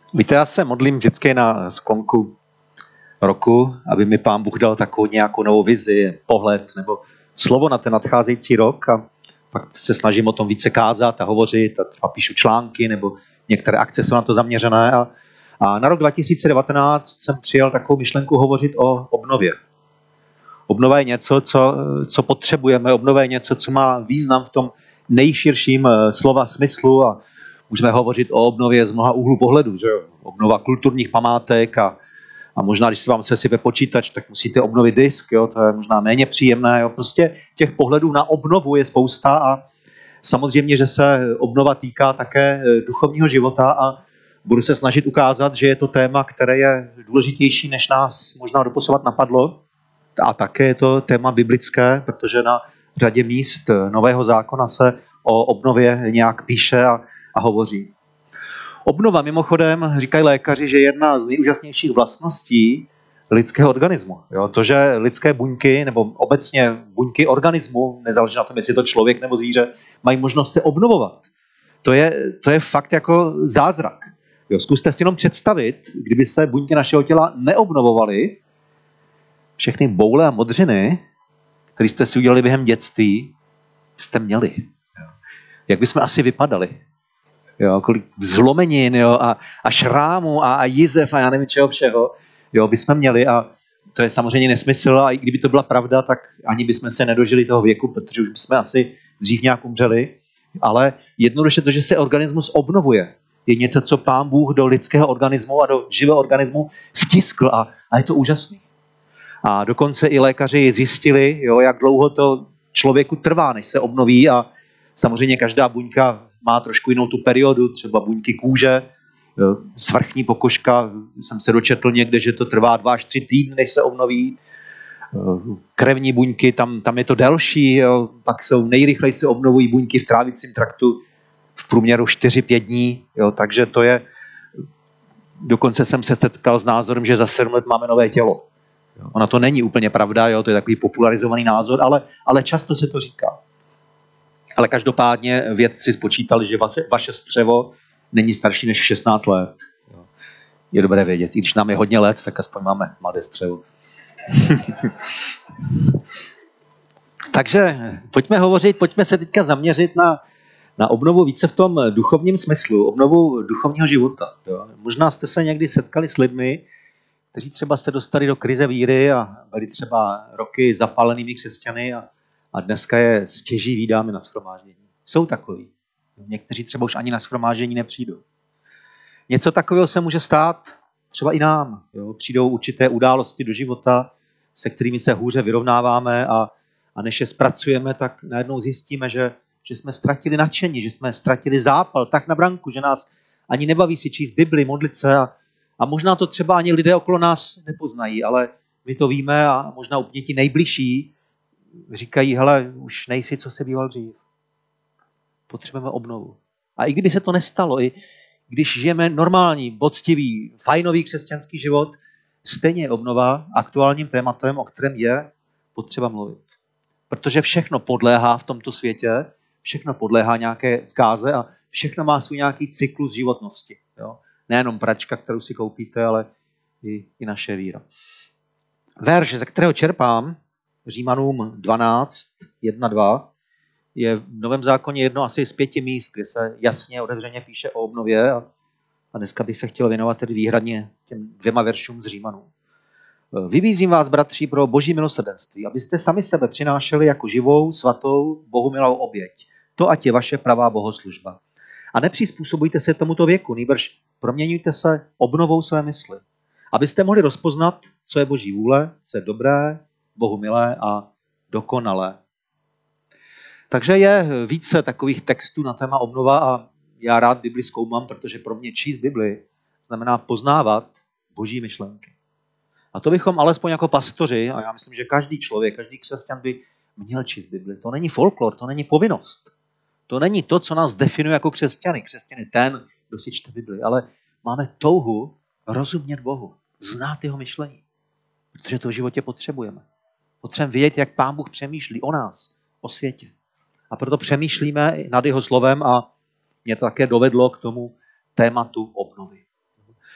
Víte, já se modlím vždycky na sklonku roku, aby mi Pán Bůh dal takovou nějakou novou vizi, pohled nebo slovo na ten nadcházející rok a pak se snažím o tom více kázat a hovořit a třeba píšu články nebo některé akce jsou na to zaměřené a na rok 2019 jsem přijal takovou myšlenku hovořit o obnově. Obnova je něco, co potřebujeme, obnova je něco, co má význam v tom nejširším slova smyslu a můžeme hovořit o obnově z mnoha úhlů pohledu, že jo? Obnova kulturních památek a možná, když se vám sesype počítač, tak musíte obnovit disk, jo? To je možná méně příjemné. Jo? Prostě těch pohledů na obnovu je spousta a samozřejmě, že se obnova týká také duchovního života a budu se snažit ukázat, že je to téma, které je důležitější, než nás možná doposovat napadlo. A také je to téma biblické, protože na řadě míst Nového zákona se o obnově nějak píše a hovoří. Obnova mimochodem, říkají lékaři, že je jedna z nejúžasnějších vlastností lidského organismu. Jo, to, že lidské buňky, nebo obecně buňky organismu, nezáleží na tom, jestli je to člověk nebo zvíře, mají možnost se obnovovat. To je fakt jako zázrak. Jo, zkuste si jenom představit, kdyby se buňky našeho těla neobnovovaly, všechny boule a modřiny, které jste si udělali během dětství, jste měli. Jak bychom asi vypadali? Jo, kolik zlomenin, jo, a šrámů a jizev a já nevím čeho všeho, jo, bychom měli a to je samozřejmě nesmysl a i kdyby to byla pravda, tak ani bychom se nedožili toho věku, protože už bychom asi dřív nějak umřeli, ale jednoduše to, že se organismus obnovuje, je něco, co Pán Bůh do lidského organismu a do živého organismu vtiskl a je to úžasný. A dokonce i lékaři zjistili, jo, jak dlouho to člověku trvá, než se obnoví a samozřejmě každá buňka má trošku jinou tu periodu, třeba buňky kůže, svrchní pokožka, jsem se dočetl někde, že to trvá 2 až 3 týdny, než se obnoví. Krevní buňky, tam je to delší, jo. Pak nejrychleji se obnovují buňky v trávicím traktu v průměru 4-5 dní, jo. Takže to je, dokonce jsem se setkal s názorem, že za 7 let máme nové tělo. Jo. Ona to není úplně pravda, jo. To je takový popularizovaný názor, ale často se to říká. Ale každopádně vědci spočítali, že vaše střevo není starší než 16 let. Je dobré vědět. I když nám je hodně let, tak aspoň máme mladé střevo. Takže pojďme se teďka zaměřit na obnovu více v tom duchovním smyslu, obnovu duchovního života. Jo. Možná jste se někdy setkali s lidmi, kteří třeba se dostali do krize víry a byli třeba roky zapálenými křesťany a dneska je stěží vídáme na shromáždění. Jsou takoví. Někteří třeba už ani na shromáždění nepřijdou. Něco takového se může stát třeba i nám. Jo? Přijdou určité události do života, se kterými se hůře vyrovnáváme a než je zpracujeme, tak najednou zjistíme, že jsme ztratili nadšení, že jsme ztratili zápal tak na branku, že nás ani nebaví si číst Bibli, modlit se a možná to třeba ani lidé okolo nás nepoznají, ale my to víme a možná úplně ti nejbližší říkají, hele, už nejsi, co se býval dřív. Potřebujeme obnovu. A i když se to nestalo, i když žijeme normální, poctivý, fajnový křesťanský život, stejně je obnova aktuálním tématem, o kterém je potřeba mluvit. Protože všechno podléhá v tomto světě, všechno podléhá nějaké zkáze a všechno má svůj nějaký cyklus životnosti. Jo? Nejenom pračka, kterou si koupíte, ale i naše víra. Verš, ze kterého čerpám, Římanům 12, 1-2, je v Novém zákoně jedno asi z 5 míst, kde se jasně otevřeně píše o obnově a dneska bych se chtěl věnovat tedy výhradně těm 2 veršům z Římanů. Vybízím vás, bratři, pro boží milosrdenství, abyste sami sebe přinášeli jako živou, svatou, bohumilou oběť. To ať je vaše pravá bohoslužba. A nepřizpůsobujte se tomuto věku, nýbrž proměňujte se obnovou své mysli, abyste mohli rozpoznat, co je boží vůle, co je dobré, bohumilé a dokonalé. Takže je více takových textů na téma obnova a já rád Bibli zkoumám, protože pro mě číst Bibli znamená poznávat boží myšlenky. A to bychom alespoň jako pastoři, a já myslím, že každý člověk, každý křesťan by měl číst Bibli. To není folklor, to není povinnost. To není to, co nás definuje jako křesťany. Křesťan je ten, kdo si čte Bibli, ale máme touhu rozumět Bohu, znát jeho myšlení, protože to v životě potřebujeme. Potřebujeme vědět, jak Pán Bůh přemýšlí o nás, o světě. A proto přemýšlíme nad jeho slovem a mě to také dovedlo k tomu tématu obnovy.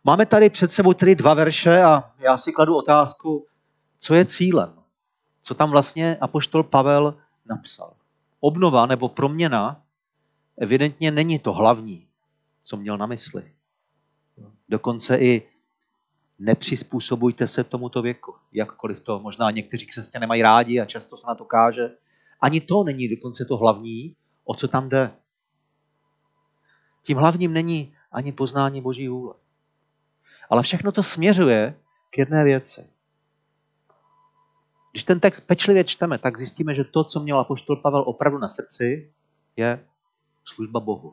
Máme tady před sebou tedy 2 verše a já si kladu otázku, co je cílem. Co tam vlastně apoštol Pavel napsal. Obnova nebo proměna evidentně není to hlavní, co měl na mysli. Dokonce i nepřizpůsobujte se tomuto věku. Jakkoliv to možná někteří křesťané mají rádi a často se na to káže. Ani to není dokonce to hlavní, o co tam jde. Tím hlavním není ani poznání Boží vůle. Ale všechno to směřuje k jedné věci. Když ten text pečlivě čteme, tak zjistíme, že to, co měl apoštol Pavel opravdu na srdci, je služba Bohu.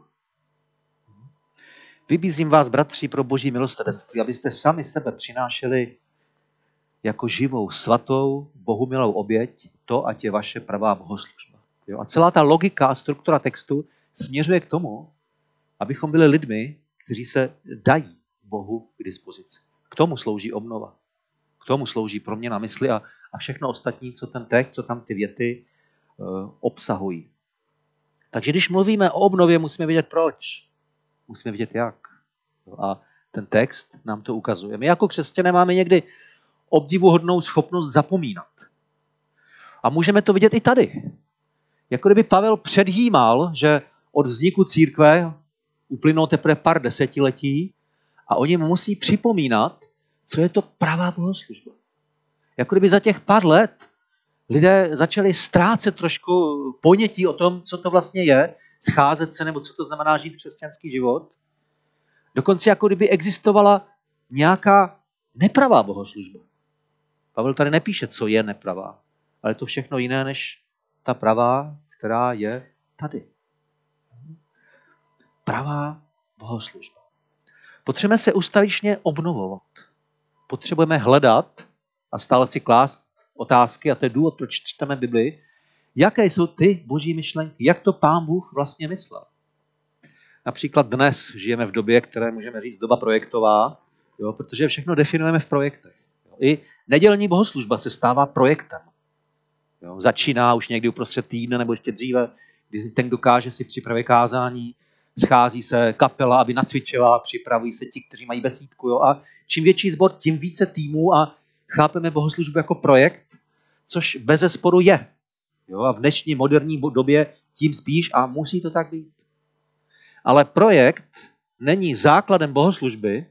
Vybízím vás, bratři, pro Boží milosrdenství, abyste sami sebe přinášeli jako živou, svatou, Bohumilou oběť, to ať je vaše pravá bohoslužba. Jo? A celá ta logika a struktura textu směřuje k tomu, abychom byli lidmi, kteří se dají Bohu k dispozici. K tomu slouží obnova. K tomu slouží proměna mysli a všechno ostatní, co ten text, co tam ty věty obsahují. Takže když mluvíme o obnově, musíme vědět proč. Musíme vědět jak. A ten text nám to ukazuje. My jako křesťané máme někdy obdivuhodnou schopnost zapomínat. A můžeme to vidět i tady. Jako kdyby Pavel předjímal, že od vzniku církve uplynou teprve pár desetiletí a oni mu musí připomínat, co je to pravá bohoslužba. Jako kdyby za těch pár let lidé začali ztrácet trošku ponětí o tom, co to vlastně je, scházet se, nebo co to znamená žít křesťanský život. Dokonce jako kdyby existovala nějaká nepravá bohoslužba. Pavel tady nepíše, co je nepravá, ale je to všechno jiné, než ta pravá, která je tady. Pravá bohoslužba. Potřebujeme se ustavičně obnovovat. Potřebujeme hledat a stále si klást otázky, a to je důvod, proč čteme Bibli, jaké jsou ty boží myšlenky, jak to Pán Bůh vlastně myslel. Například dnes žijeme v době, které můžeme říct doba projektová, jo, protože všechno definujeme v projektech. Jo. I nedělní bohoslužba se stává projektem. Jo. Začíná už někdy uprostřed týdne nebo ještě dříve, kdy ten dokáže si připravit kázání, schází se kapela, aby nacvičila, připravují se ti, kteří mají besídku. Jo. A čím větší sbor, tím více týmů a chápeme bohoslužbu jako projekt, což bezesporu je. Jo. A v dnešní moderní době tím spíš a musí to tak být. Ale projekt není základem bohoslužby,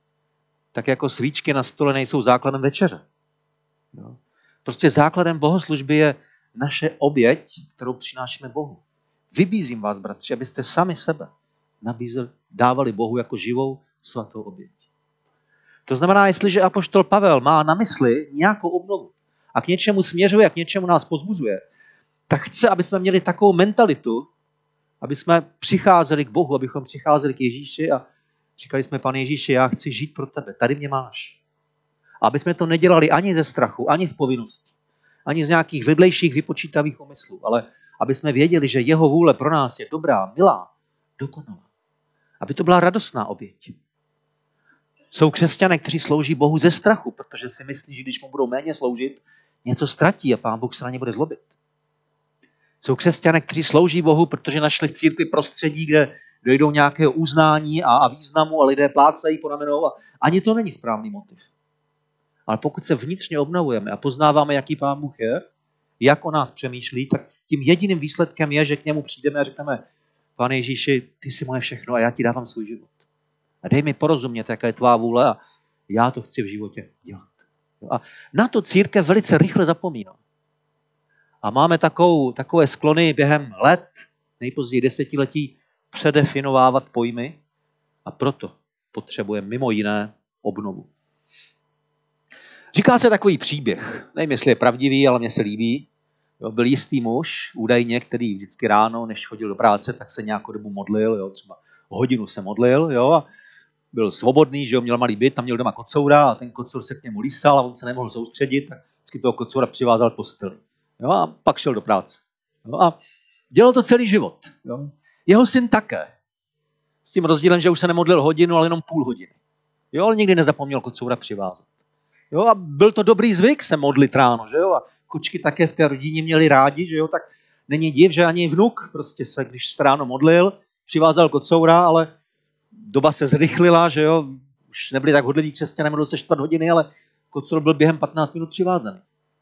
tak jako svíčky na stole nejsou základem večeře. Jo. Prostě základem bohoslužby je naše oběť, kterou přinášíme Bohu. Vybízím vás, bratři, abyste sami sebe dávali Bohu jako živou svatou oběť. To znamená, jestliže apoštol Pavel má na mysli nějakou obnovu a k něčemu směřuje, k něčemu nás pozbuzuje, tak chce, aby jsme měli takovou mentalitu, aby jsme přicházeli k Bohu, abychom přicházeli k Ježíši a říkali jsme, Pane Ježíši, já chci žít pro tebe, tady mě máš. A aby jsme to nedělali ani ze strachu, ani z povinností, ani z nějakých vedlejších vypočítavých úmyslů, ale aby jsme věděli, že jeho vůle pro nás je dobrá, milá, dokonalá. Aby to byla radostná oběť. Jsou křesťané, kteří slouží Bohu ze strachu, protože si myslí, že když mu budou méně sloužit, něco ztratí a Pán Bůh se na ně bude zlobit. Jsou křesťané, kteří slouží Bohu, protože našli v církvi prostředí, kde dojdou nějakého uznání a významu a lidé plácají po ramenou a ani to není správný motiv. Ale pokud se vnitřně obnovujeme a poznáváme, jaký Pán Bůh je, jak o nás přemýšlí, tak tím jediným výsledkem je, že k němu přijdeme a řekneme, Pane Ježíši, ty jsi moje všechno a já ti dávám svůj život. A dej mi porozumět, jaká je tvá vůle a já to chci v životě dělat. A na to církev velice rychle zapomíná. A máme takové sklony během let, nejpozději desetiletí, předefinovávat pojmy a proto potřebujeme mimo jiné obnovu. Říká se takový příběh, nevím, jestli je pravdivý, ale mně se líbí. Jo, byl jistý muž, údajně, který vždycky ráno, než chodil do práce, tak se nějakou dobu modlil, jo, třeba hodinu se modlil, jo, a byl svobodný, že jo, měl malý byt, tam měl doma kocoura a ten kocour se k němu lísal a on se nemohl soustředit, tak vždycky toho kocoura přivázal k posteli. Jo, a pak šel do práce. Jo, a dělal to celý život. Jo. Jeho syn také. S tím rozdílem, že už se nemodlil hodinu, ale jenom půl hodiny. Jo, ale nikdy nezapomněl kocoura přivázat. Jo, a byl to dobrý zvyk se modlit ráno, že jo, a kočky také v té rodině měli rádi, že jo, tak není div, že ani vnuk prostě se, když se ráno modlil, přivázal kocoura, ale doba se zrychlila, že jo, už nebyli tak hodliví křesťané, modlil se 4 hodiny, ale kocour byl během 15 minut přivázaný.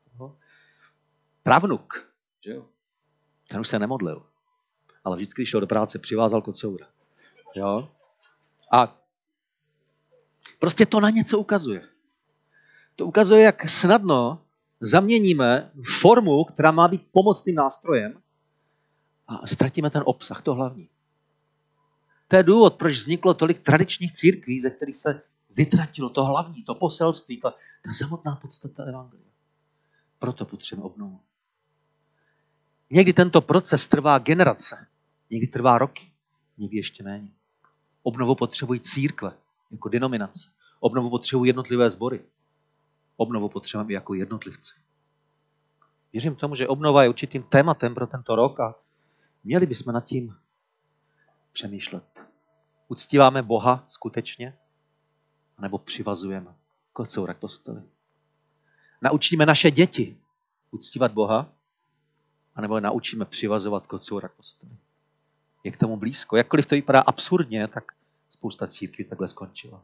Pravnuk, že jo? Ten už se nemodlil, ale vždycky, když šel do práce, přivázal kocoura. Jo? A prostě to na něco ukazuje. To ukazuje, jak snadno zaměníme formu, která má být pomocným nástrojem, a ztratíme ten obsah, to hlavní. To je důvod, proč vzniklo tolik tradičních církví, ze kterých se vytratilo to hlavní, to poselství, ta samotná podstata evangelia. Proto potřebujeme obnovu. Někdy tento proces trvá generace, někdy trvá roky, někdy ještě méně. Obnovu potřebují církve jako denominace. Obnovu potřebují jednotlivé sbory. Obnovu potřebujeme i jako jednotlivci. Věřím tomu, že obnova je určitým tématem pro tento rok a měli bychom nad tím přemýšlet. Uctíváme Boha skutečně? Nebo přivazujeme kocoura k posteli? Naučíme naše děti uctívat Boha? A nebo naučíme přivazovat kocoura k posteli? Je k tomu blízko. Jakkoliv to vypadá absurdně, tak spousta církví takhle skončila.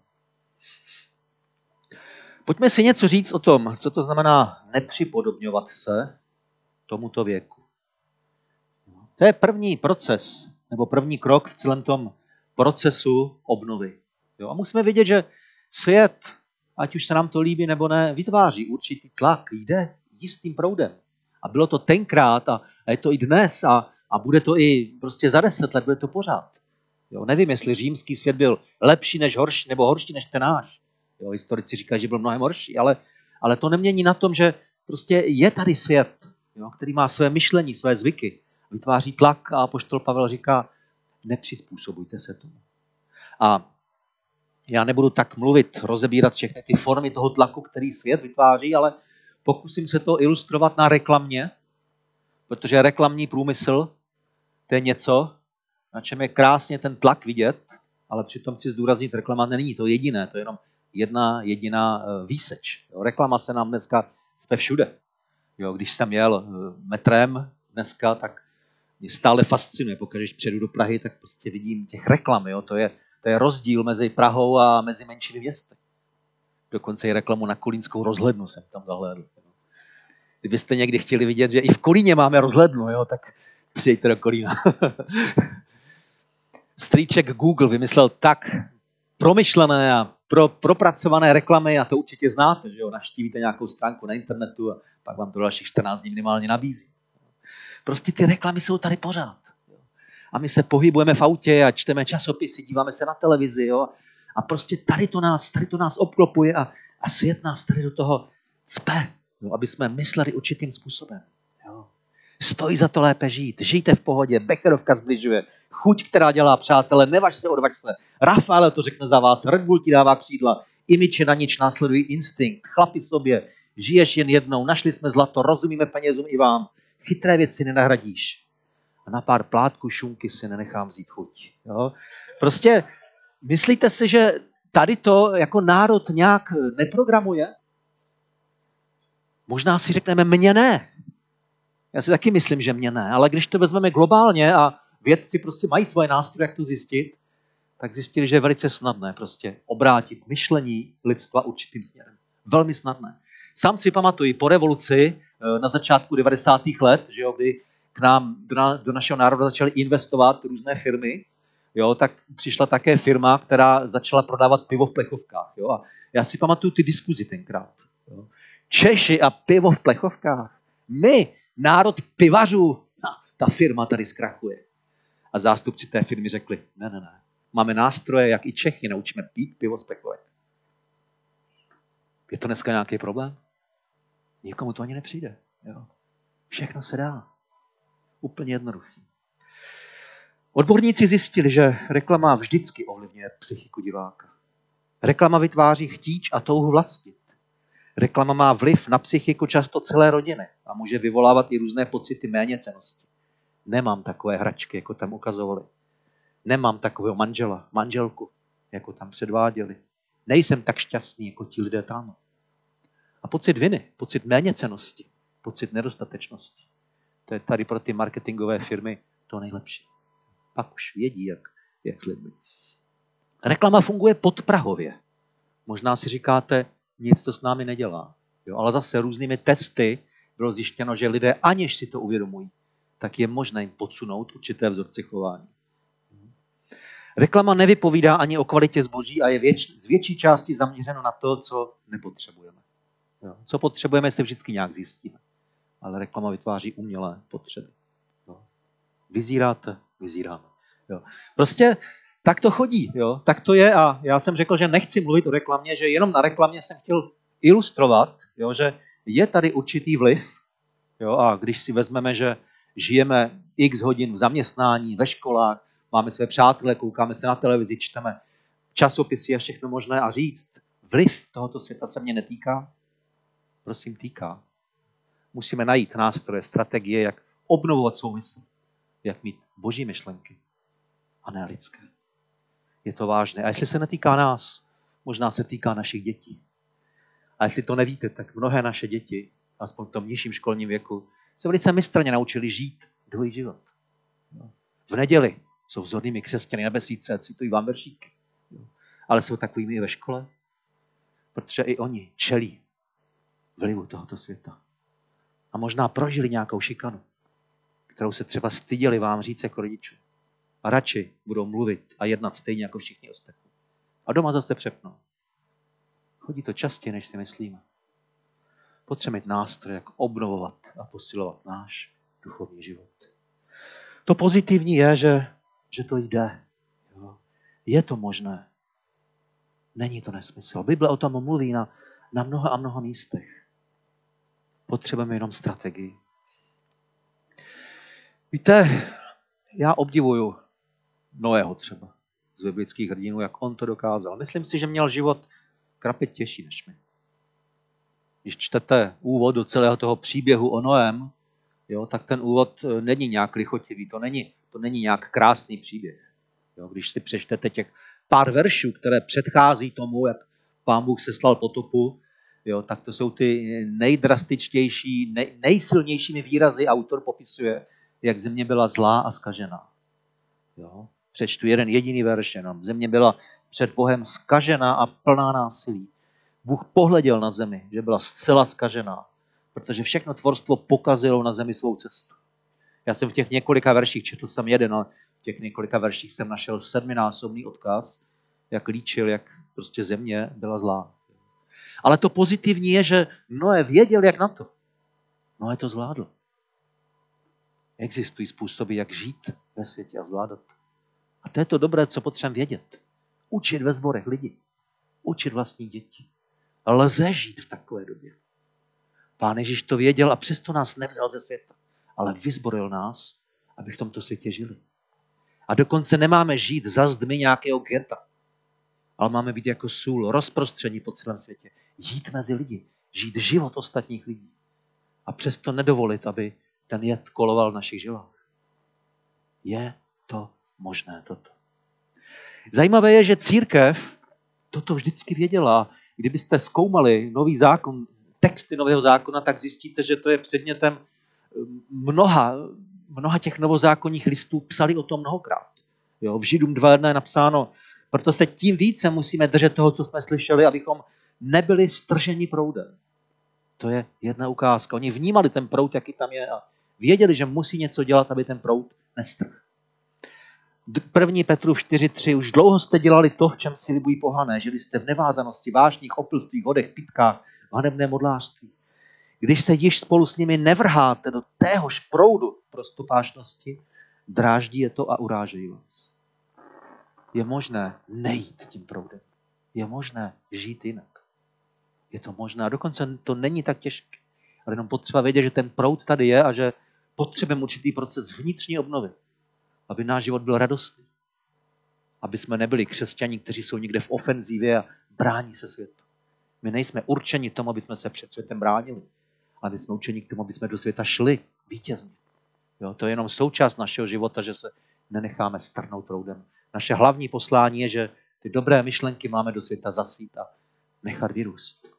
Pojďme si něco říct o tom, co to znamená nepřipodobňovat se tomuto věku. To je první proces, nebo první krok v celém tom procesu obnovy. Jo? A musíme vidět, že svět, ať už se nám to líbí nebo ne, vytváří určitý tlak, jde jistým proudem. A bylo to tenkrát a je to i dnes a bude to i prostě za 10 let, bude to pořád. Jo? Nevím, jestli římský svět byl lepší než horší, nebo horší než ten náš. Jo? Historici říkají, že byl mnohem horší, ale to nemění na tom, že prostě je tady svět, jo? Který má své myšlení, své zvyky. Vytváří tlak a apoštol Pavel říká, nepřizpůsobujte se tomu. A já nebudu tak mluvit, rozebírat všechny ty formy toho tlaku, který svět vytváří, ale pokusím se to ilustrovat na reklamě, protože reklamní průmysl, to je něco, na čem je krásně ten tlak vidět, ale přitom chci zdůraznit, reklama není to jediné, to je jenom jedna jediná výseč. Jo, reklama se nám dneska cpe všude. Jo, když jsem jel metrem dneska, tak mě stále fascinuje, pokud když přijedu do Prahy, tak prostě vidím těch reklam. Jo? To je rozdíl mezi Prahou a mezi menšími městy. Dokonce i reklamu na kolínskou rozhlednu jsem tam zahlédl. Kdybyste někdy chtěli vidět, že i v Kolíně máme rozhlednu, jo? Tak přijďte do Kolína. Strýček Google vymyslel tak promyšlené a propracované reklamy, a to určitě znáte, že jo? Navštívíte nějakou stránku na internetu a pak vám to dalších 14 dní minimálně nabízí. Prostě ty reklamy jsou tady pořád. A my se pohybujeme v autě a čteme časopisy, díváme se na televizi. Jo? A prostě tady to nás obklopuje a svět nás tady do toho cpe, jo? Aby jsme mysleli určitým způsobem. Jo? Stojí za to lépe žít. Žijte v pohodě, Becherovka zbližuje. Chuť, která dělá přátele, nevaž se, odvaž se. Rafael to řekne za vás, Red Bull ti dává křídla, imiče na nič následují instinkt, chlapi sobě, žiješ jen jednou, našli jsme zlato, rozumíme penězům i vám. Chytré věci nenahradíš. A na pár plátků šunky si nenechám vzít chuť. Jo? Prostě myslíte si, že tady to jako národ nějak neprogramuje? Možná si řekneme, mě ne. Já si taky myslím, že mě ne. Ale když to vezmeme globálně a vědci prostě mají svoje nástroje, jak to zjistit, tak zjistili, že je velice snadné prostě obrátit myšlení lidstva určitým směrem. Velmi snadné. Sám si pamatuju, po revoluci na začátku 90. let, že jo, kdy k nám do našeho národa začaly investovat různé firmy, jo, tak přišla také firma, která začala prodávat pivo v plechovkách. Jo, a já si pamatuju ty diskuzi tenkrát. Jo. Češi a pivo v plechovkách. My, národ pivařů, ta firma tady zkrachuje. A zástupci té firmy řekli, ne. Máme nástroje, jak i Čechy, naučíme pít pivo z plechovek. Je to dneska nějaký problém? Nikomu to ani nepřijde. Jo. Všechno se dá. Úplně jednoduchý. Odborníci zjistili, že reklama vždycky ovlivňuje psychiku diváka. Reklama vytváří chtíč a touhu vlastnit. Reklama má vliv na psychiku často celé rodiny a může vyvolávat i různé pocity méněcennosti. Nemám takové hračky, jako tam ukazovali. Nemám takového manžela, manželku, jako tam předváděli. Nejsem tak šťastný, jako ti lidé tam. A pocit viny, pocit méněcennosti, pocit nedostatečnosti. To je tady pro ty marketingové firmy to nejlepší. Pak už vědí, jak s lidmi. Reklama funguje podprahově. Možná si říkáte, nic to s námi nedělá. Jo, ale zase různými testy bylo zjištěno, že lidé, aniž si to uvědomují, tak je možné jim podsunout určité vzorce chování. Reklama nevypovídá ani o kvalitě zboží a je z větší části zaměřeno na to, co nepotřebujeme. Jo. Co potřebujeme, si vždycky nějak zjistíme. Ale reklama vytváří umělé potřeby. Jo. Vyzíráte, vyzíráme. Jo. Prostě tak to chodí, jo. Tak to je a já jsem řekl, že nechci mluvit o reklamě, že jenom na reklamě jsem chtěl ilustrovat, jo, že je tady určitý vliv. Jo, a když si vezmeme, že žijeme x hodin v zaměstnání, ve školách, máme své přátele, koukáme se na televizi, čteme časopisy a všechno možné a říct, vliv tohoto světa se mě netýká? Prosím, týká. Musíme najít nástroje, strategie, jak obnovovat svou mysl, jak mít boží myšlenky a ne lidské. Je to vážné. A jestli se netýká nás, možná se týká našich dětí. A jestli to nevíte, tak mnohé naše děti, aspoň v tom nižším školním věku, se velice mistrně naučili žít druhý život. V neděli jsou vzornými křesťany na besídce, citují vám veršíky. Ale jsou takovými i ve škole, protože i oni čelí vlivu tohoto světa. A možná prožili nějakou šikanu, kterou se třeba styděli vám říct jako rodičů. A radši budou mluvit a jednat stejně jako všichni ostatní. A doma zase přepnou. Chodí to častěji, než si myslíme. Potřebujeme mít nástroje, jak obnovovat a posilovat náš duchovní život. To pozitivní je, že to jde. Jo. Je to možné. Není to nesmysl. Bible o tom mluví na mnoha a mnoha místech. Potřebujeme jenom strategii. Víte, já obdivuju Noého třeba z biblických hrdinů, jak on to dokázal. Myslím si, že měl život krapit těžší než my. Když čtete úvod do celého toho příběhu o Noém, jo, tak ten úvod není nějak lichotivý, to není nějak krásný příběh. Jo, když si přečtete těch pár veršů, které předchází tomu, jak Pán Bůh seslal potopu, jo, tak to jsou ty nejdrastičtější, nejsilnějšími výrazy. Autor popisuje, jak země byla zlá a zkažená. Jo. Přečtu jeden jediný verš jenom. Země byla před Bohem zkažená a plná násilí. Bůh pohleděl na zemi, že byla zcela zkažená, protože všechno tvorstvo pokazilo na zemi svou cestu. Já jsem v těch několika verších, četl jsem jeden, ale v těch několika verších jsem našel 7násobný odkaz, jak líčil, jak prostě země byla zlá. Ale to pozitivní je, že Noé věděl, jak na to. Noé to zvládl. Existují způsoby, jak žít ve světě a zvládat. A to je to dobré, co potřebujeme vědět. Učit ve sborech lidi. Učit vlastní děti. Lze žít v takové době. Pán Ježíš to věděl a přesto nás nevzal ze světa, ale vyzboril nás, aby v tomto světě žili. A dokonce nemáme žít za zdmi nějakého geta, ale máme být jako sůl, rozprostření po celém světě. Jít mezi lidi, žít život ostatních lidí. A přesto nedovolit, aby ten jed koloval v našich žilách. Je to možné toto. Zajímavé je, že církev toto vždycky věděla. Kdybyste zkoumali nový zákon, texty nového zákona, tak zjistíte, že to je předmětem mnoha těch novozákonních listů, psali o tom mnohokrát. Jo, v Židům 2.1 je napsáno, proto se tím více musíme držet toho, co jsme slyšeli, abychom nebyli strženi proudem. To je jedna ukázka. Oni vnímali ten proud, jaký tam je a věděli, že musí něco dělat, aby ten proud nestrhl. 1. Petrův 4.3. Už dlouho jste dělali to, v čem si libují pohané. Žili jste v nevázanosti, vášních, opilstvích, hodech, pitkách, v hanebném modlářství. Když se již spolu s nimi nevrháte do téhož proudu prostopášnosti, dráždí je to a urážejí vás. Je možné nejít tím proudem. Je možné žít jinak. Je to možné. A dokonce to není tak těžké. Ale jenom potřeba vědět, že ten proud tady je a že potřebujeme určitý proces vnitřní obnovy. Aby náš život byl radostný. Aby jsme nebyli křesťani, kteří jsou někde v ofenzívě a brání se světu. My nejsme určeni tomu, aby jsme se před světem bránili. Ale my jsme určeni k tomu, aby jsme do světa šli vítězně. Jo, to je jenom součást našeho života, že se nenecháme strhnout proudem. Naše hlavní poslání je, že ty dobré myšlenky máme do světa zasít a nechat vyrůst.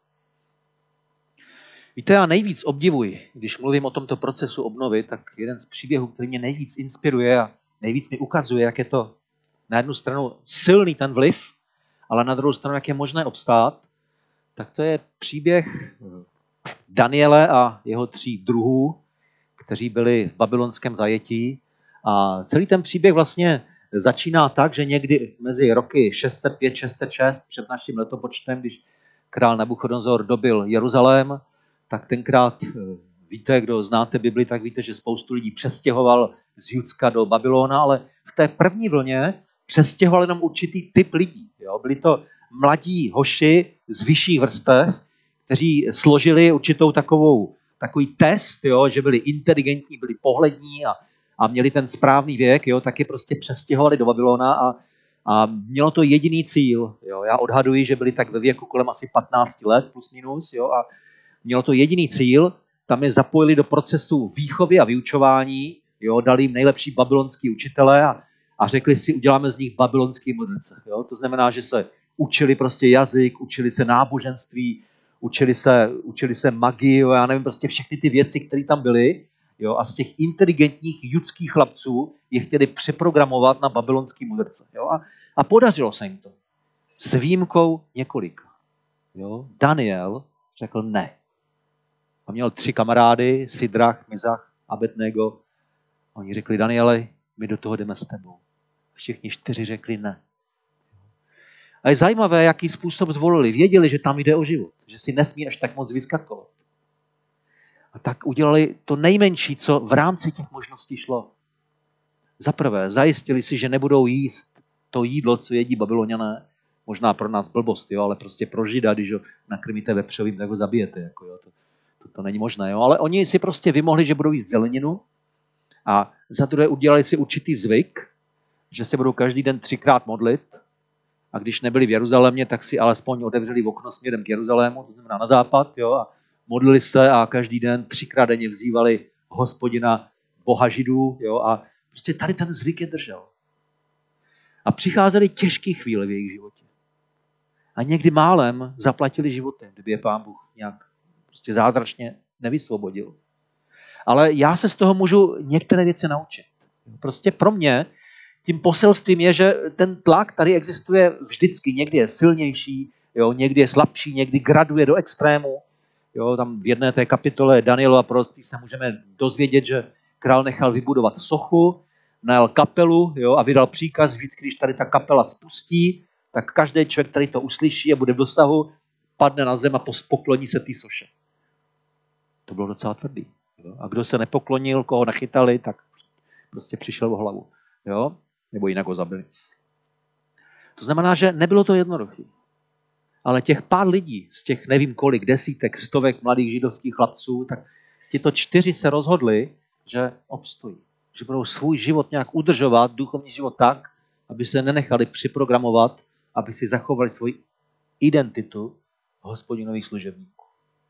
Víte, já nejvíc obdivuji, když mluvím o tomto procesu obnovy, tak jeden z příběhů, který mě nejvíc inspiruje a nejvíc mi ukazuje, jak je to na jednu stranu silný ten vliv, ale na druhou stranu, jak je možné obstát, tak to je příběh Daniele a jeho 3 druhů, kteří byli v babylonském zajetí. A celý ten příběh vlastně začíná tak, že někdy mezi roky 605-606 před naším letopočtem, když král Nabuchodonozor dobyl Jeruzalém, tak tenkrát, víte, kdo znáte Bibli, tak víte, že spoustu lidí přestěhoval z Judska do Babylona, ale v té první vlně přestěhoval jenom určitý typ lidí. Jo? Byli to mladí hoši z vyšších vrstev, kteří složili určitou takový test, jo? Že byli inteligentní, byli pohlední a měli ten správný věk, jo? Tak je prostě přestěhovali do Babylona a mělo to jediný cíl. Jo? Já odhaduji, že byli tak ve věku kolem asi 15 let plus minus, jo? A mělo to jediný cíl, tam je zapojili do procesu výchovy a vyučování, jo? Dali jim nejlepší babylonský učitele a řekli si, uděláme z nich babylonský mudrce. Jo? To znamená, že se učili prostě jazyk, učili se náboženství, učili se magii, jo? Já nevím, prostě všechny ty věci, které tam byly, jo? A z těch inteligentních judských chlapců je chtěli přeprogramovat na babylonský mudrce. Jo? A podařilo se jim to. S výjimkou několika. Jo? Daniel řekl ne. A měl 3 kamarády, Sidrach, Mizach, Abednego. A oni řekli, Danieli, my do toho jdeme s tebou. Všichni 4 řekli ne. A je zajímavé, jaký způsob zvolili. Věděli, že tam jde o život, že si nesmí až tak moc vyskakovat. A tak udělali to nejmenší, co v rámci těch možností šlo. Za prvé, zajistili si, že nebudou jíst to jídlo, co jedí Babyloniané. Možná pro nás blbost, jo, ale prostě pro Žida, když ho nakrmíte vepřovým, tak ho zabijete. Jako, jo. To není možné. Jo. Ale oni si prostě vymohli, že budou jíst zeleninu a za druhé udělali si určitý zvyk, že se budou každý den 3krát modlit a když nebyli v Jeruzalémě, tak si alespoň otevřeli okno směrem k Jeruzalému, to znamená na západ, jo, a modlili se a každý den 3krát denně vzývali Hospodina, Boha Židů, jo, a prostě tady ten zvyk je držel. A přicházely těžké chvíle v jejich životě. A někdy málem zaplatili životem, kdyby je Pán Bůh nějak prostě zázračně nevysvobodil. Ale já se z toho můžu některé věci naučit. Prostě pro mě tím poselstvím je, že ten tlak tady existuje vždycky. Někdy je silnější, jo, někdy je slabší, někdy graduje do extrému. Jo, tam v jedné té kapitole Danielova proroctví se můžeme dozvědět, že král nechal vybudovat sochu, najal kapelu, jo, a vydal příkaz, vždycky, když tady ta kapela spustí, tak každý člověk, který to uslyší a bude v dosahu, padne na zem a pokloní se té soše. To bylo docela tvrdý. Jo. A kdo se nepoklonil, koho nachytali, tak prostě přišel o hlavu. Jo? Nebo jinak ho zabili. To znamená, že nebylo to jednoduché. Ale těch pár lidí, z těch nevím kolik, desítek, stovek mladých židovských chlapců, tak tito 4 se rozhodli, že obstojí. Že budou svůj život nějak udržovat, duchovní život tak, aby se nenechali připrogramovat, aby si zachovali svoji identitu Hospodinových služebníků.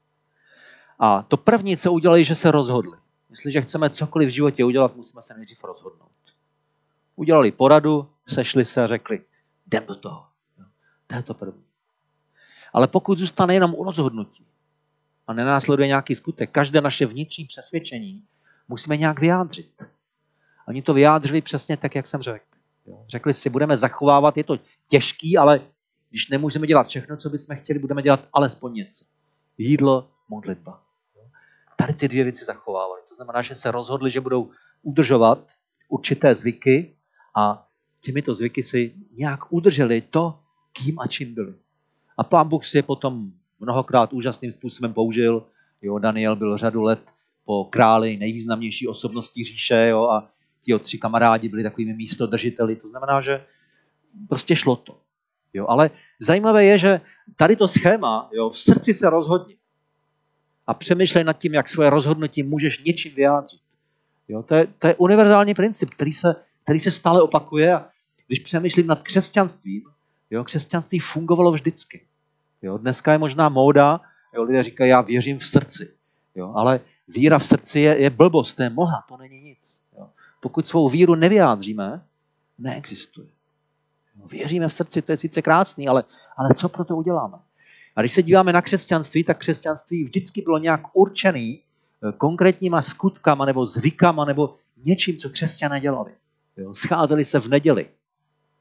A to první, co udělali, že se rozhodli. Jestliže chceme cokoliv v životě udělat, musíme se nejdřív rozhodnout. Udělali poradu, sešli se a řekli, jdem do toho. To je to první. Ale pokud zůstane jenom u rozhodnutí a nenásleduje nějaký skutek, každé naše vnitřní přesvědčení musíme nějak vyjádřit. Oni to vyjádřili přesně tak, jak jsem řekl. Řekli si, budeme zachovávat, je to těžký, ale když nemůžeme dělat všechno, co bychom chtěli, budeme dělat alespoň něco. Jídlo, modlitba. Tady ty 2 věci zachovávali. To znamená, že se rozhodli, že budou udržovat určité zvyky a těmito zvyky si nějak udrželi to, kým a čím byli. A Pán Bůh si je potom mnohokrát úžasným způsobem použil. Jo, Daniel byl řadu let po králi nejvýznamnější osobností říše, jo, a ti 3 kamarádi byli takovými místodržiteli. To znamená, že prostě šlo to. Jo, ale zajímavé je, že tady to schéma, jo, v srdci se rozhodni a přemýšlej nad tím, jak své rozhodnutí můžeš něčím vyjádřit. Jo, to je univerzální princip, který se stále opakuje a když přemýšlím nad křesťanstvím, jo, křesťanství fungovalo vždycky. Jo, dneska je možná móda, jo, lidé říkají, já věřím v srdci. Jo, ale víra v srdci je blbost, to je mlha, to není nic. Jo. Pokud svou víru nevyjádříme, neexistuje. Jo, věříme v srdci, to je sice krásný, ale co pro to uděláme? A když se díváme na křesťanství, tak křesťanství vždycky bylo nějak určený konkrétníma skutkama nebo zvykama nebo něčím, co křesťané dělali. Jo, scházeli se v neděli.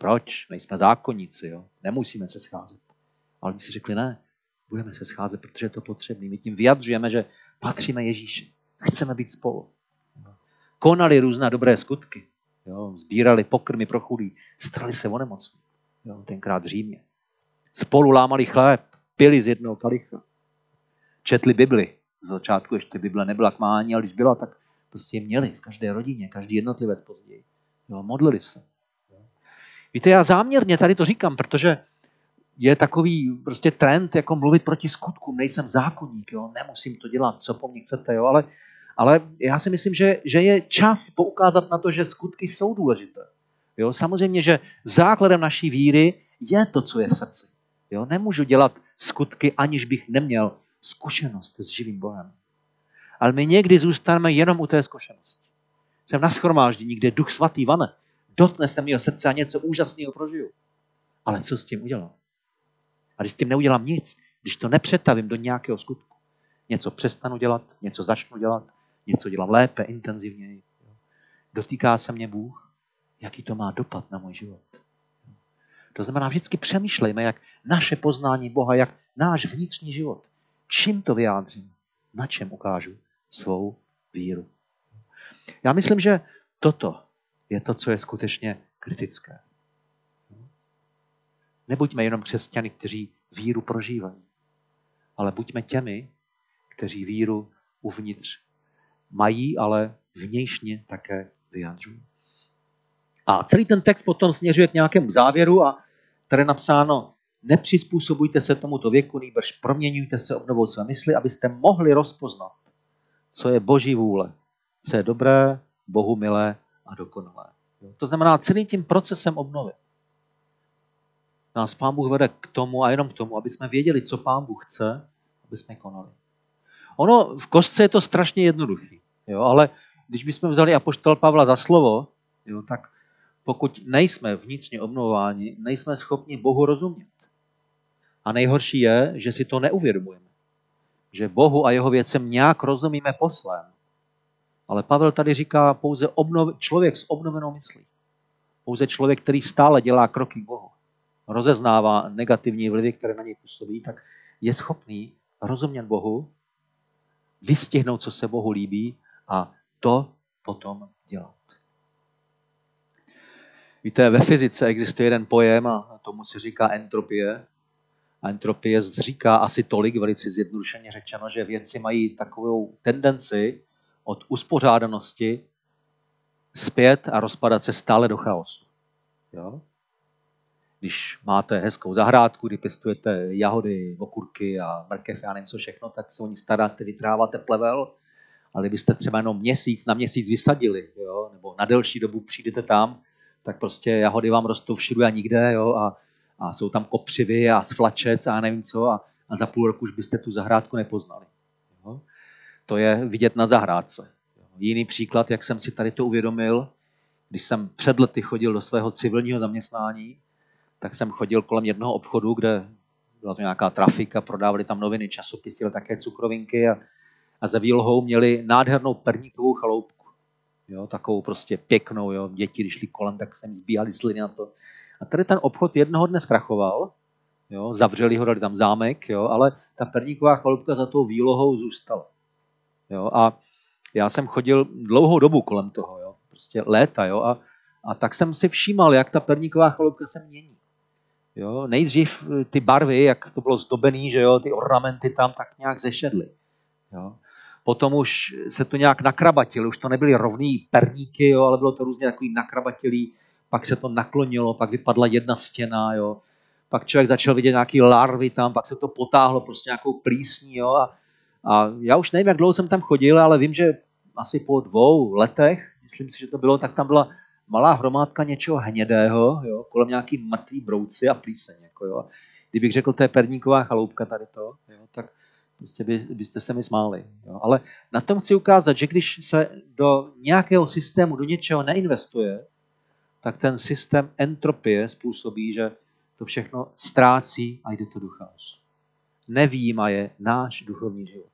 Proč? Nejsme zákonníci, jo? Nemusíme se scházet. Ale my si řekli, ne, budeme se scházet, protože je to potřebné. My tím vyjadřujeme, že patříme Ježíši. Chceme být spolu. Konali různé dobré skutky. Jo? Sbírali pokrmy pro chudý. Starali se o nemocný. Jo? Tenkrát v Římě. Spolu lámali chléb. Pili z jednoho kalicha. Četli Bibli. Z začátku ještě Bible nebyla k mání, ale když byla, tak prostě měli v každé rodině, každý jednotlivec později. Jo? Modlili se. Jo? Víte, já záměrně tady to říkám, protože je takový prostě trend, jako mluvit proti skutkům. Nejsem zákonník, jo? Nemusím to dělat, co po mně chcete, jo? Ale já si myslím, že je čas poukázat na to, že skutky jsou důležité. Jo? Samozřejmě, že základem naší víry je to, co je v srdci. Jo? Nemůžu dělat skutky, aniž bych neměl zkušenost s živým Bohem. Ale my někdy zůstaneme jenom u té zkušenosti. Jsem na shromáždění, kde Duch Svatý vane. Dotkne se mého srdce a něco úžasného prožiju. Ale co s tím udělám? A když s tím neudělám nic, když to nepřetavím do nějakého skutku, něco přestanu dělat, něco začnu dělat, něco dělám lépe, intenzivněji. Dotýká se mě Bůh, jaký to má dopad na můj život. To znamená, vždycky přemýšlejme, jak naše poznání Boha, jak náš vnitřní život, čím to vyjádřím, na čem ukážu svou víru. Já myslím, že toto je to, co je skutečně kritické. Nebuďme jenom křesťany, kteří víru prožívají, ale buďme těmi, kteří víru uvnitř mají, ale vnějšně také vyjadřují. A celý ten text potom směřuje k nějakému závěru a tady je napsáno: nepřizpůsobujte se tomuto věku, nýbrž proměňujte se obnovou své mysli, abyste mohli rozpoznat, co je Boží vůle, co je dobré, Bohu milé a dokonalé. To znamená, celým tím procesem obnovy nás Pán Bůh vede k tomu a jenom k tomu, aby jsme věděli, co Pán Bůh chce, aby jsme konali. Ono v kostce je to strašně jednoduchý, jo, ale když bychom vzali apoštola Pavla za slovo, jo, tak pokud nejsme vnitřně obnovováni, nejsme schopni Bohu rozumět. A nejhorší je, že si to neuvědomujeme. Že Bohu a jeho věcem nějak rozumíme po svém. Ale Pavel tady říká pouze člověk s obnovenou myslí. Pouze člověk, který stále dělá kroky k Bohu. Rozeznává negativní vlivy, které na něj působí, tak je schopný rozumět Bohu, vystihnout, co se Bohu líbí a to potom dělat. Víte, ve fyzice existuje jeden pojem a tomu se říká entropie. A entropie říká asi tolik, velice zjednodušeně řečeno, že věci mají takovou tendenci od uspořádanosti zpět a rozpadat se stále do chaosu. Jo? Když máte hezkou zahrádku, kdy pěstujete jahody, okurky a mrkev, já nevím co všechno, tak se o ní staráte, vytráváte plevel, ale kdybyste třeba jenom měsíc na měsíc vysadili, jo? Nebo na delší dobu přijdete tam, tak prostě jahody vám rostou všude a nikde, jo? A jsou tam kopřivy a svlačec a nevím co a za půl roku už byste tu zahrádku nepoznali. Jo? To je vidět na zahrádce. Jiný příklad, jak jsem si tady to uvědomil, když jsem před lety chodil do svého civilního zaměstnání, tak jsem chodil kolem jednoho obchodu, kde byla to nějaká trafika, prodávali tam noviny, časopisy, ale také cukrovinky a za výlohou měli nádhernou perníkovou chaloupku. Jo, takovou prostě pěknou, jo. Děti, když šli kolem, tak jsem zbíjali sliny na to. A tady ten obchod jednoho dne zkrachoval, jo, zavřeli ho, dali tam zámek, jo, ale ta perníková chaloupka za tou výlohou zůstala. Jo, a já jsem chodil dlouhou dobu kolem toho, jo, prostě léta, jo, a tak jsem si všímal, jak ta perníková chaloupka se mění. Jo, nejdřív ty barvy, jak to bylo zdobený, že jo, ty ornamenty tam tak nějak zešedly. Jo. Potom už se to nějak nakrabatilo, už to nebyly rovný perníky, jo, ale bylo to různě takový nakrabatilý, pak se to naklonilo, pak vypadla jedna stěna, jo. Pak člověk začal vidět nějaký larvy tam, pak se to potáhlo prostě nějakou plísní, jo, a já už nevím, jak dlouho jsem tam chodil, ale vím, že asi po 2 letech, myslím si, že to bylo, tak tam byla malá hromádka něčeho hnědého, jo, kolem nějaký mrtvý brouci a plíseň. Jako, jo. Kdybych řekl, to je perníková chaloupka tady to, jo, tak prostě byste se mi smáli. Jo. Ale na tom chci ukázat, že když se do nějakého systému, do něčeho neinvestuje, tak ten systém entropie způsobí, že to všechno ztrácí a jde to do chaosu. Nevyjímaje náš duchovní život.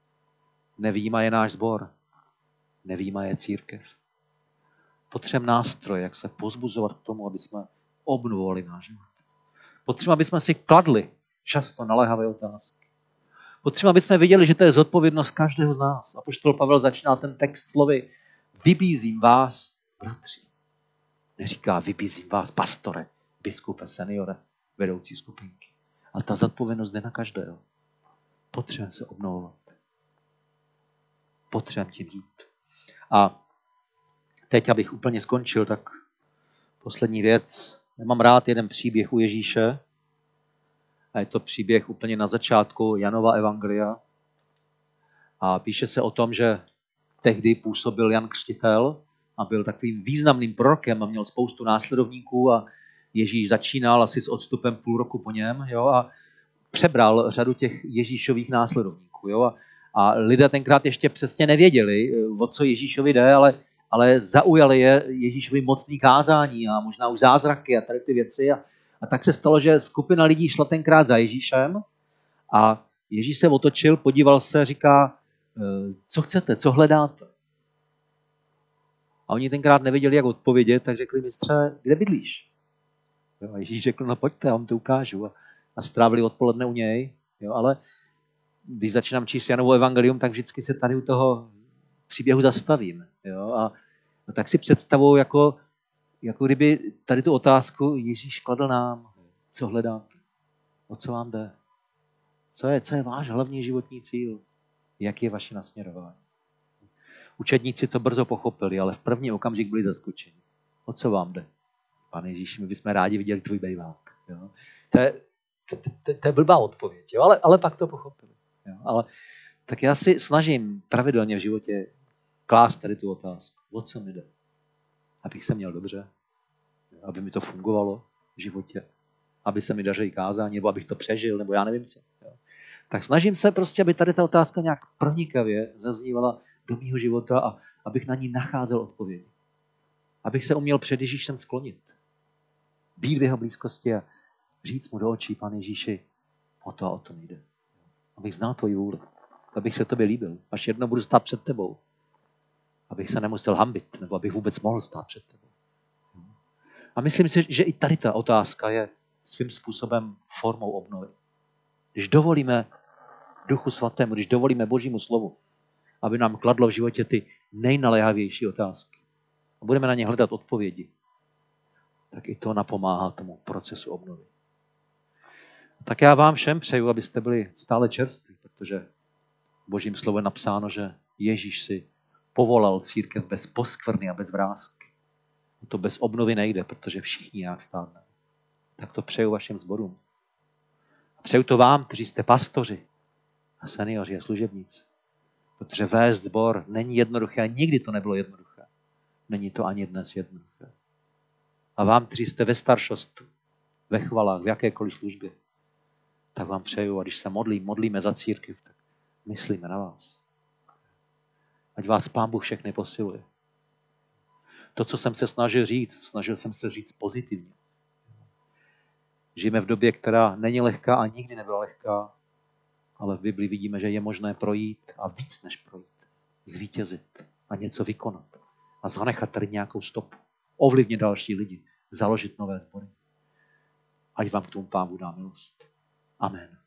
Nevyjímaje náš sbor. Nevyjímaje církev. Potřebujeme nástroje, jak se pozbuzovat k tomu, aby jsme obnovovali náš život. Potřebujeme, aby jsme si kladli často naléhavé otázky. Potřebujeme, aby jsme viděli, že to je zodpovědnost každého z nás. Apoštol Pavel začíná ten text slovy vybízím vás, bratři. Neříká vybízím vás, pastore, biskupe, seniore, vedoucí skupinky. Ale ta zodpovědnost jde na každého. Potřebujeme se obnovovat. Potřebujeme tím jít. A teď, abych úplně skončil, tak poslední věc. Já mám rád jeden příběh u Ježíše. A je to příběh úplně na začátku Janova evangelia. A píše se o tom, že tehdy působil Jan Křtitel a byl takovým významným prorokem a měl spoustu následovníků a Ježíš začínal asi s odstupem půl roku po něm, jo, a přebral řadu těch Ježíšových následovníků. Jo, a lidé tenkrát ještě přesně nevěděli, o co Ježíšovi jde, ale zaujali je Ježíšovi mocný kázání a možná už zázraky a tady ty věci. A tak se stalo, že skupina lidí šla tenkrát za Ježíšem a Ježíš se otočil, podíval se, říká, co chcete, co hledáte? A oni tenkrát nevěděli, jak odpovědět, tak řekli, mistře, kde bydlíš? Jo, a Ježíš řekl, no pojďte, já vám to ukážu. A strávili odpoledne u něj. Jo, ale když začínám číst Janovo evangelium, tak vždycky se tady u toho příběhu zastavím. Jo, a tak si představuji, jako kdyby tady tu otázku Ježíš kladl nám, co hledáte, o co vám jde, co je váš hlavní životní cíl, jaký je vaše nasměrování. Učedníci to brzo pochopili, ale v první okamžik byli zaskočeni. O co vám jde? Pane Ježíši, my bychom rádi viděli tvůj bejvák. Jo? To je blbá odpověď, jo? Ale pak to pochopili. Jo? Ale tak já si snažím pravidelně v životě klást tady tu otázku. O co mi jde? Abych se měl dobře, aby mi to fungovalo v životě, aby se mi dařilo kázání, nebo abych to přežil, nebo já nevím co. Jo? Tak snažím se prostě, aby tady ta otázka nějak pronikavě zaznívala do mýho života a abych na ní nacházel odpovědi. Abych se uměl před Ježíšem sklonit. Být v jeho blízkosti a říct mu do očí, Pane Ježíši, o to jde. Abych znal tvoji vůli. Abych se tobě líbil. Až jednou budu stát před tebou. Abych se nemusel hambit, nebo abych vůbec mohl stát před tebou. A myslím si, že i tady ta otázka je svým způsobem formou obnovy. Když dovolíme Duchu Svatému, když dovolíme Božímu slovu, aby nám kladlo v životě ty nejnaléhavější otázky a budeme na ně hledat odpovědi, tak i to napomáhá tomu procesu obnovy. Tak já vám všem přeju, abyste byli stále čerství, protože v Božím slovu je napsáno, že Ježíš si povolal církev bez poskvrny a bez vrásky. To bez obnovy nejde, protože všichni nějak stárneme. Tak to přeju vašim sborům. A přeju to vám, kteří jste pastoři a seniori a služebníci. Protože vést sbor není jednoduché a nikdy to nebylo jednoduché. Není to ani dnes jednoduché. A vám, kteří jste ve staršostu, ve chvalách, v jakékoliv službě, tak vám přeju, a když se modlíme za církev, tak myslíme na vás. Ať vás Pán Bůh všechny posiluje. To, co jsem se snažil jsem se říct pozitivně. Žijeme v době, která není lehká a nikdy nebyla lehká, ale v Biblii vidíme, že je možné projít a víc než projít. Zvítězit a něco vykonat. A zanechat tady nějakou stopu. Ovlivnit další lidi. Založit nové sbory. Ať vám k tomu Pán Bůh dá milost. Amen.